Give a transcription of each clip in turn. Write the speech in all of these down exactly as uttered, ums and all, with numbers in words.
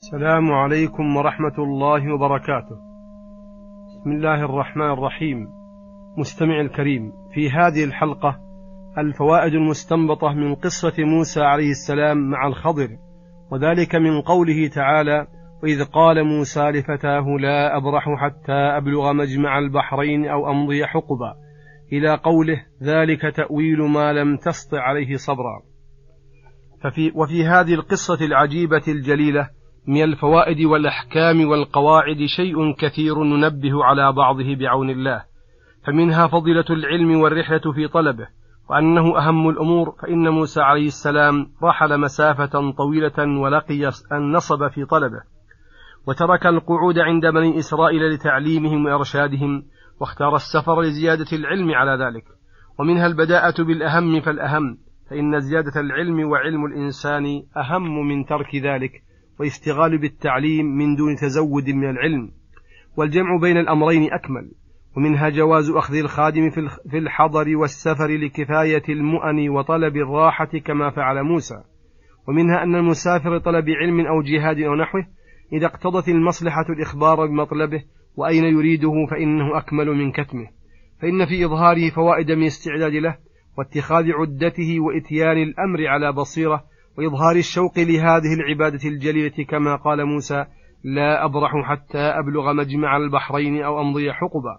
السلام عليكم ورحمة الله وبركاته. بسم الله الرحمن الرحيم. مستمع الكريم، في هذه الحلقة الفوائد المستنبطة من قصة موسى عليه السلام مع الخضر، وذلك من قوله تعالى: وإذ قال موسى لفتاه لا أبرح حتى أبلغ مجمع البحرين أو أمضي حقبا، إلى قوله ذلك تأويل ما لم تسطع عليه صبرا. ففي وفي هذه القصة العجيبة الجليلة من الفوائد والأحكام والقواعد شيء كثير ننبه على بعضه بعون الله. فمنها فضيلة العلم والرحلة في طلبه، وأنه أهم الأمور، فإن موسى عليه السلام رحل مسافة طويلة ولقي النصب في طلبه، وترك القعود عند بني إسرائيل لتعليمهم وإرشادهم، واختار السفر لزيادة العلم على ذلك. ومنها البداءة بالأهم فالأهم، فإن زيادة العلم وعلم الإنسان أهم من ترك ذلك، واستغال بالتعليم من دون تزود من العلم، والجمع بين الأمرين أكمل. ومنها جواز أخذ الخادم في الحضر والسفر لكفاية المؤن وطلب الراحة كما فعل موسى. ومنها أن المسافر طلب علم أو جهاد أو نحوه إذا اقتضت المصلحة الإخبار بمطلبه وأين يريده فإنه أكمل من كتمه، فإن في إظهاره فوائد من استعداد له واتخاذ عدته وإتيان الأمر على بصيرة، وإظهار الشوق لهذه العبادة الجليلة، كما قال موسى: لا أبرح حتى أبلغ مجمع البحرين أو أمضي حقبا.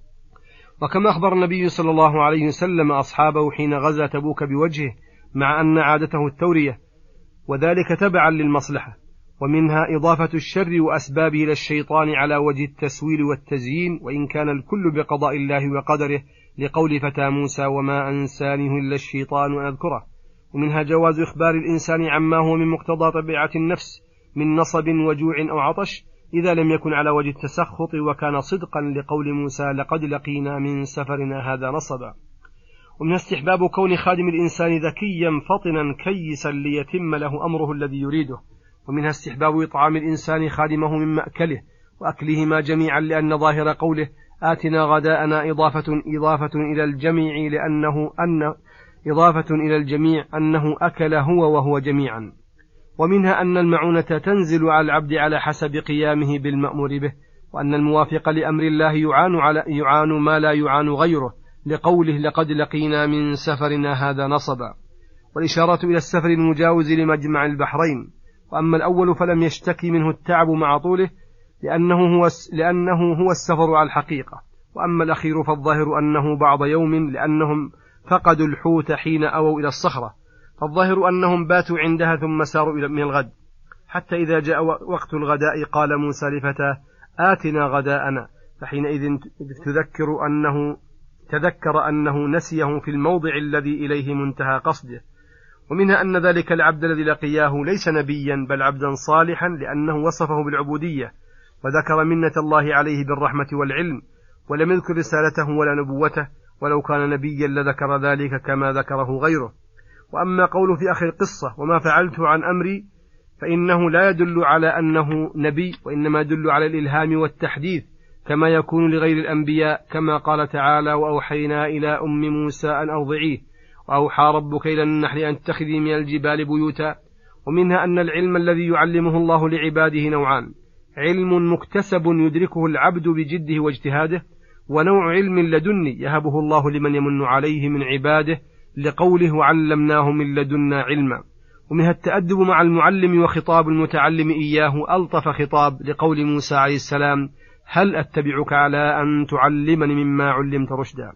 وكما أخبر النبي صلى الله عليه وسلم أصحابه حين غزا تبوك بوجهه، مع أن عادته التورية، وذلك تبعا للمصلحة. ومنها إضافة الشر وأسبابه إلى الشيطان على وجه التسويل والتزيين، وإن كان الكل بقضاء الله وقدره، لقول فتى موسى: وما أنسانه إلا الشيطان أن أذكره. ومنها جواز إخبار الإنسان عما هو من مقتضى طبيعة النفس من نصب وجوع أو عطش، إذا لم يكن على وجه التسخط، وكان صدقا لقول موسى: لقد لقينا من سفرنا هذا نصبا. ومن استحباب كون خادم الإنسان ذكيا فطنا كيسا ليتم له أمره الذي يريده. ومنها استحباب إطعام الإنسان خادمه من مأكله وأكلهما جميعا، لأن ظاهر قوله آتنا غداءنا إضافة, إضافة إلى الجميع، لأنه أن إضافة إلى الجميع أنه أكل هو وهو جميعا. ومنها أن المعونة تنزل على العبد على حسب قيامه بالمأمور به، وأن الموافق لأمر الله يعان, على يعان ما لا يعان غيره، لقوله: لقد لقينا من سفرنا هذا نصبا. والإشارة إلى السفر المجاوز لمجمع البحرين. وأما الأول فلم يشتكي منه التعب مع طوله، لأنه هو, لأنه هو السفر على الحقيقة. وأما الأخير فالظاهر أنه بعض يوم، لأنهم فقدوا الحوت حين أووا إلى الصخرة، فالظاهر أنهم باتوا عندها ثم ساروا من الغد، حتى إذا جاء وقت الغداء قال موسى لفتاه: آتنا غداءنا، فحينئذ تذكر أنه تذكر أنه نسيه في الموضع الذي إليه منتهى قصده. ومنها أن ذلك العبد الذي لقياه ليس نبيا بل عبدا صالحا، لأنه وصفه بالعبودية، وذكر منة الله عليه بالرحمة والعلم، ولم يذكر رسالته ولا نبوته، ولو كان نبيا لذكر ذلك كما ذكره غيره. وأما قوله في آخر القصة: وما فعلت عن أمري، فإنه لا يدل على أنه نبي، وإنما يدل على الإلهام والتحديث، كما يكون لغير الأنبياء، كما قال تعالى: وأوحينا إلى أم موسى أن أرضعيه، وأوحى ربك إلى النحل أن تتخذي من الجبال بيوتا. ومنها أن العلم الذي يعلمه الله لعباده نوعان: علم مكتسب يدركه العبد بجده واجتهاده، ونوع علم لدني يهبه الله لمن يمن عليه من عباده، لقوله: علمناه من لدنا علما. ومنها التأدب مع المعلم وخطاب المتعلم إياه ألطف خطاب، لقول موسى عليه السلام: هل أتبعك على أن تعلمني مما علمت رشدا.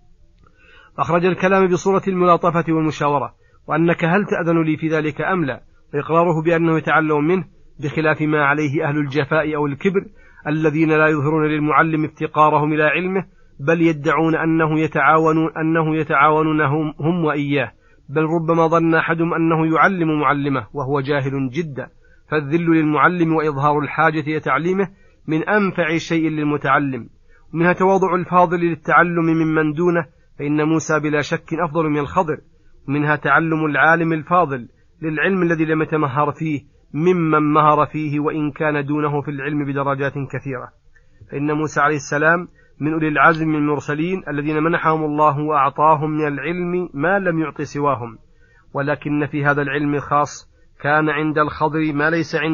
أخرج الكلام بصورة الملاطفة والمشاورة، وأنك هل تأذن لي في ذلك أم لا، وإقراره بأنه يتعلم منه، بخلاف ما عليه أهل الجفاء أو الكبر الذين لا يظهرون للمعلم افتقارهم إلى علمه، بل يدعون أنه يتعاون أنه يتعاونون هم, هم وإياه، بل ربما ظن أحدهم أنه يعلم معلمه وهو جاهل جدا. فالذل للمعلم وإظهار الحاجة إلى تعليمه من أنفع شيء للمتعلم. ومنها تواضع الفاضل للتعلم ممن دونه، فإن موسى بلا شك أفضل من الخضر. ومنها تعلم العالم الفاضل للعلم الذي لم يتمهر فيه ممن مهر فيه، وإن كان دونه في العلم بدرجات كثيرة. فإن موسى عليه السلام من أولي العزم من المرسلين الذين منحهم الله وأعطاهم من العلم ما لم يعط سواهم، ولكن في هذا العلم الخاص كان عند الخضر ما ليس عنده،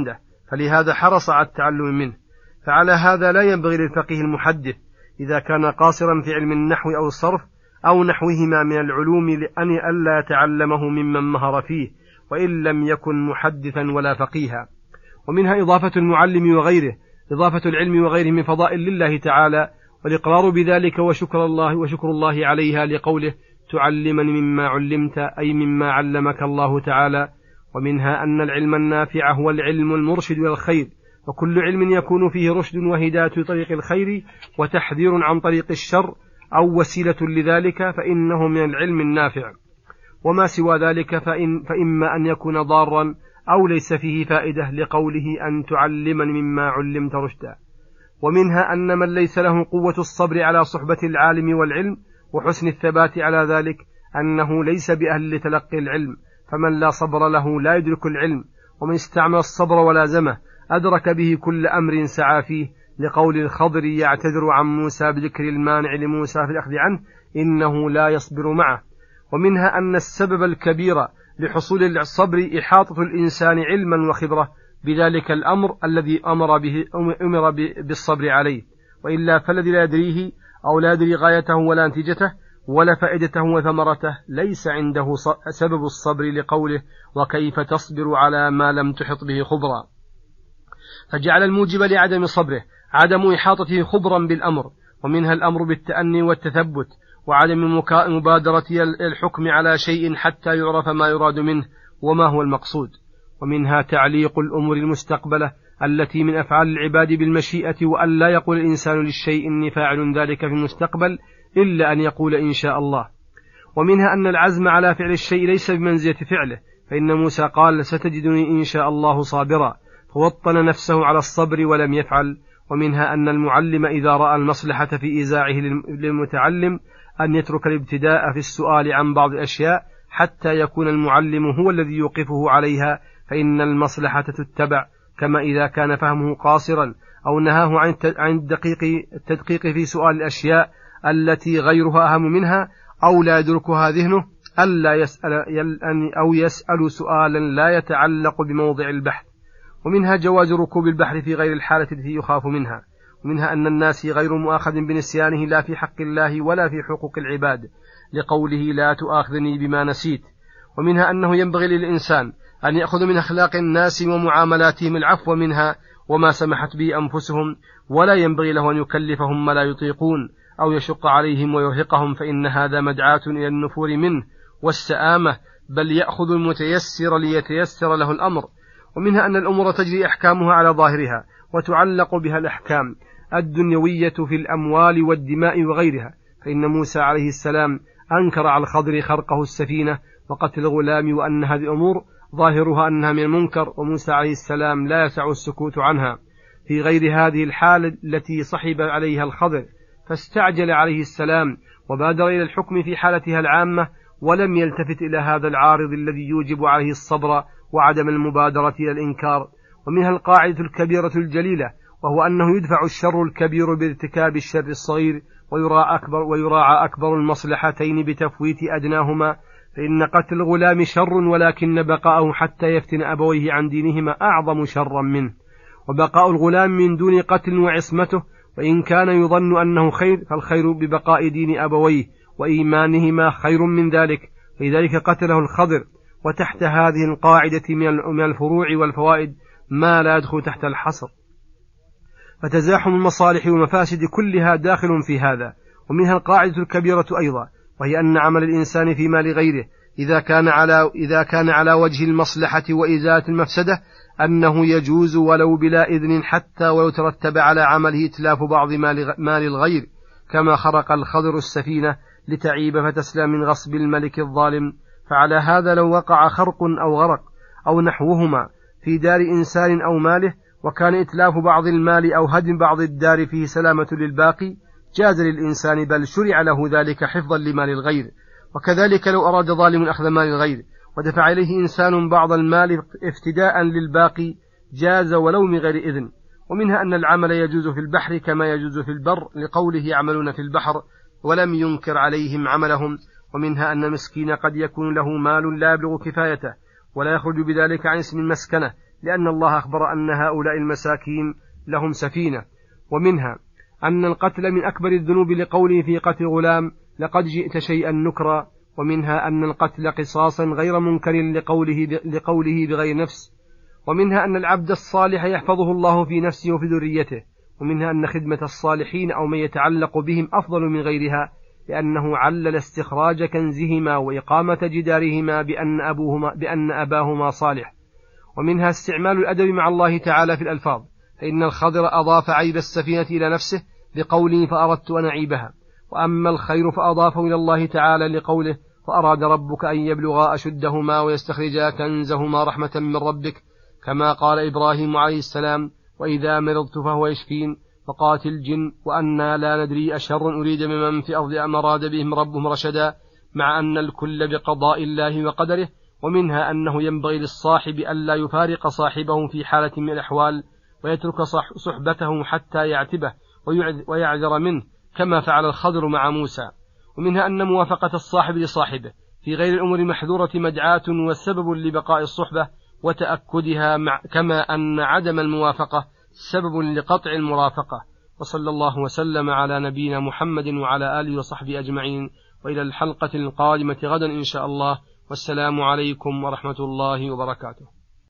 فلهذا حرص على التعلم منه. فعلى هذا لا ينبغي للفقيه المحدث إذا كان قاصرا في علم النحو أو الصرف أو نحوهما من العلوم لأن ألا يتعلمه ممن مهر فيه وإن لم يكن محدثا ولا فقيها. ومنها إضافة المعلم وغيره إضافة العلم وغيره من فضائل لله تعالى، والإقرار بذلك وشكر الله وشكر الله عليها لقوله تعلمني مما علمت، أي مما علمك الله تعالى. ومنها أن العلم النافع هو العلم المرشد إلى الخير، وكل علم يكون فيه رشد وهداية طريق الخير وتحذير عن طريق الشر أو وسيلة لذلك فإنه من العلم النافع، وما سوى ذلك فإن فإما أن يكون ضارا أو ليس فيه فائدة لقوله أن تعلمني مما علمت رشدا. ومنها أن من ليس له قوة الصبر على صحبة العالم والعلم وحسن الثبات على ذلك أنه ليس بأهل لتلقي العلم، فمن لا صبر له لا يدرك العلم، ومن استعمل الصبر ولازمه أدرك به كل أمر سعى فيه، لقول الخضر يعتذر عن موسى بذكر المانع لموسى في الأخذ عنه إنه لا يصبر معه. ومنها أن السبب الكبير لحصول الصبر إحاطة الإنسان علما وخبرة بذلك الأمر الذي أمر به أمر بالصبر عليه، وإلا فالذي لا يدريه أو لا يدري غايته ولا نتيجته ولا فائدته وثمرته ليس عنده سبب الصبر، لقوله وكيف تصبر على ما لم تحط به خبرا. فجعل الموجب لعدم صبره عدم إحاطته خبرا بالأمر. ومنها الأمر بالتأني والتثبت وعدم مبادرة الحكم على شيء حتى يعرف ما يراد منه وما هو المقصود. ومنها تعليق الأمور المستقبلة التي من أفعال العباد بالمشيئة، وأن لا يقول الإنسان للشيء إني فاعل ذلك في المستقبل إلا أن يقول إن شاء الله. ومنها أن العزم على فعل الشيء ليس بمنزلة فعله، فإن موسى قال ستجدني إن شاء الله صابرا، فوطن نفسه على الصبر ولم يفعل. ومنها أن المعلم إذا رأى المصلحة في إيزاعه للمتعلم أن يترك الابتداء في السؤال عن بعض الأشياء حتى يكون المعلم هو الذي يوقفه عليها، فإن المصلحة تتبع، كما إذا كان فهمه قاصرا أو نهاه عن الدقيق التدقيق في سؤال الأشياء التي غيرها أهم منها أو لا يدركها ذهنه ألا يسأل أو يسأل سؤالا لا يتعلق بموضع البحث. ومنها جواز ركوب البحر في غير الحالة التي يخاف منها. ومنها أن الناس غير مؤاخذ بنسيانه لا في حق الله ولا في حقوق العباد، لقوله لا تؤاخذني بما نسيت. ومنها أنه ينبغي للإنسان أن يأخذ من أخلاق الناس ومعاملاتهم العفو منها وما سمحت به أنفسهم، ولا ينبغي له أن يكلفهم ما لا يطيقون أو يشق عليهم ويرهقهم، فإن هذا مدعاة إلى النفور منه والسآمة، بل يأخذ المتيسر ليتيسر له الأمر. ومنها أن الأمور تجري أحكامها على ظاهرها وتعلق بها الأحكام الدنيوية في الأموال والدماء وغيرها، فإن موسى عليه السلام أنكر على الخضر خرقه السفينة وقتل الغلام، وأن هذه الأمور ظاهرها أنها من المنكر، وموسى عليه السلام لا يسع السكوت عنها في غير هذه الحالة التي صحب عليها الخضر، فاستعجل عليه السلام وبادر إلى الحكم في حالتها العامة، ولم يلتفت إلى هذا العارض الذي يوجب عليه الصبر وعدم المبادرة إلى الإنكار. ومنها القاعدة الكبيرة الجليلة، وهو أنه يدفع الشر الكبير بارتكاب الشر الصغير، ويراعى أكبر, ويراعى أكبر المصلحتين بتفويت أدناهما، فإن قتل الغلام شر، ولكن بقاءه حتى يفتن أبويه عن دينهما أعظم شرا منه، وبقاء الغلام من دون قتل وعصمته وإن كان يظن أنه خير فالخير ببقاء دين أبويه وإيمانهما خير من ذلك، لذلك قتله الخضر. وتحت هذه القاعدة من الفروع والفوائد ما لا يدخل تحت الحصر، فتزاحم المصالح والمفاسد كلها داخل في هذا. ومنها القاعدة الكبيرة أيضا، وهي أن عمل الإنسان في مال غيره إذا كان على, إذا كان على وجه المصلحة وإزالة المفسدة أنه يجوز ولو بلا إذن، حتى ولو ترتب على عمله إتلاف بعض مال الغير، كما خرق الخضر السفينة لتعيب فتسلم من غصب الملك الظالم. فعلى هذا لو وقع خرق أو غرق أو نحوهما في دار إنسان أو ماله، وكان إتلاف بعض المال أو هدم بعض الدار فيه سلامة للباقي، جاز للإنسان بل شرع له ذلك حفظا لمال الغير. وكذلك لو أراد ظالم أخذ مال الغير ودفع إليه إنسان بعض المال افتداء للباقي جاز ولو من غير إذن. ومنها أن العمل يجوز في البحر كما يجوز في البر، لقوله يعملون في البحر ولم ينكر عليهم عملهم. ومنها أن المسكين قد يكون له مال لا يبلغ كفايته ولا يخرج بذلك عن اسم المسكنة، لأن الله أخبر أن هؤلاء المساكين لهم سفينة. ومنها أن القتل من أكبر الذنوب لقوله في قتل غلام لقد جئت شيئا نكرا. ومنها أن القتل قصاصا غير منكر لقوله, لقوله بغير نفس. ومنها أن العبد الصالح يحفظه الله في نفسه وفي ذريته. ومنها أن خدمة الصالحين أو من يتعلق بهم أفضل من غيرها، لأنه علل استخراج كنزهما وإقامة جدارهما بأن, أبوهما بأن أباهما صالح. ومنها استعمال الأدب مع الله تعالى في الألفاظ، فإن الخضر أضاف عيب السفينة إلى نفسه لقوله فأردت أن أعيبها. وأما الخير فأضافه إلى الله تعالى لقوله فأراد ربك أن يبلغا أشدهما ويستخرجا كنزهما رحمة من ربك، كما قال إبراهيم عليه السلام وإذا مرضت فهو يشفين. فقالت الجن وأنا لا ندري أشر أريد بمن في أرض أم أراد بهم ربهم رشدا، مع أن الكل بقضاء الله وقدره. ومنها أنه ينبغي للصاحب ألا يفارق صاحبه في حالة من الأحوال ويترك صحبته حتى يعتبه ويعذر منه، كما فعل الخضر مع موسى. ومنها أن موافقة الصاحب لصاحبه في غير الأمور محذورة مدعاة وسبب لبقاء الصحبة وتأكدها، مع كما أن عدم الموافقة سبب لقطع المرافقة. وصلى الله وسلم على نبينا محمد وعلى آله وصحبه أجمعين، وإلى الحلقة القادمة غدا إن شاء الله، والسلام عليكم ورحمة الله وبركاته.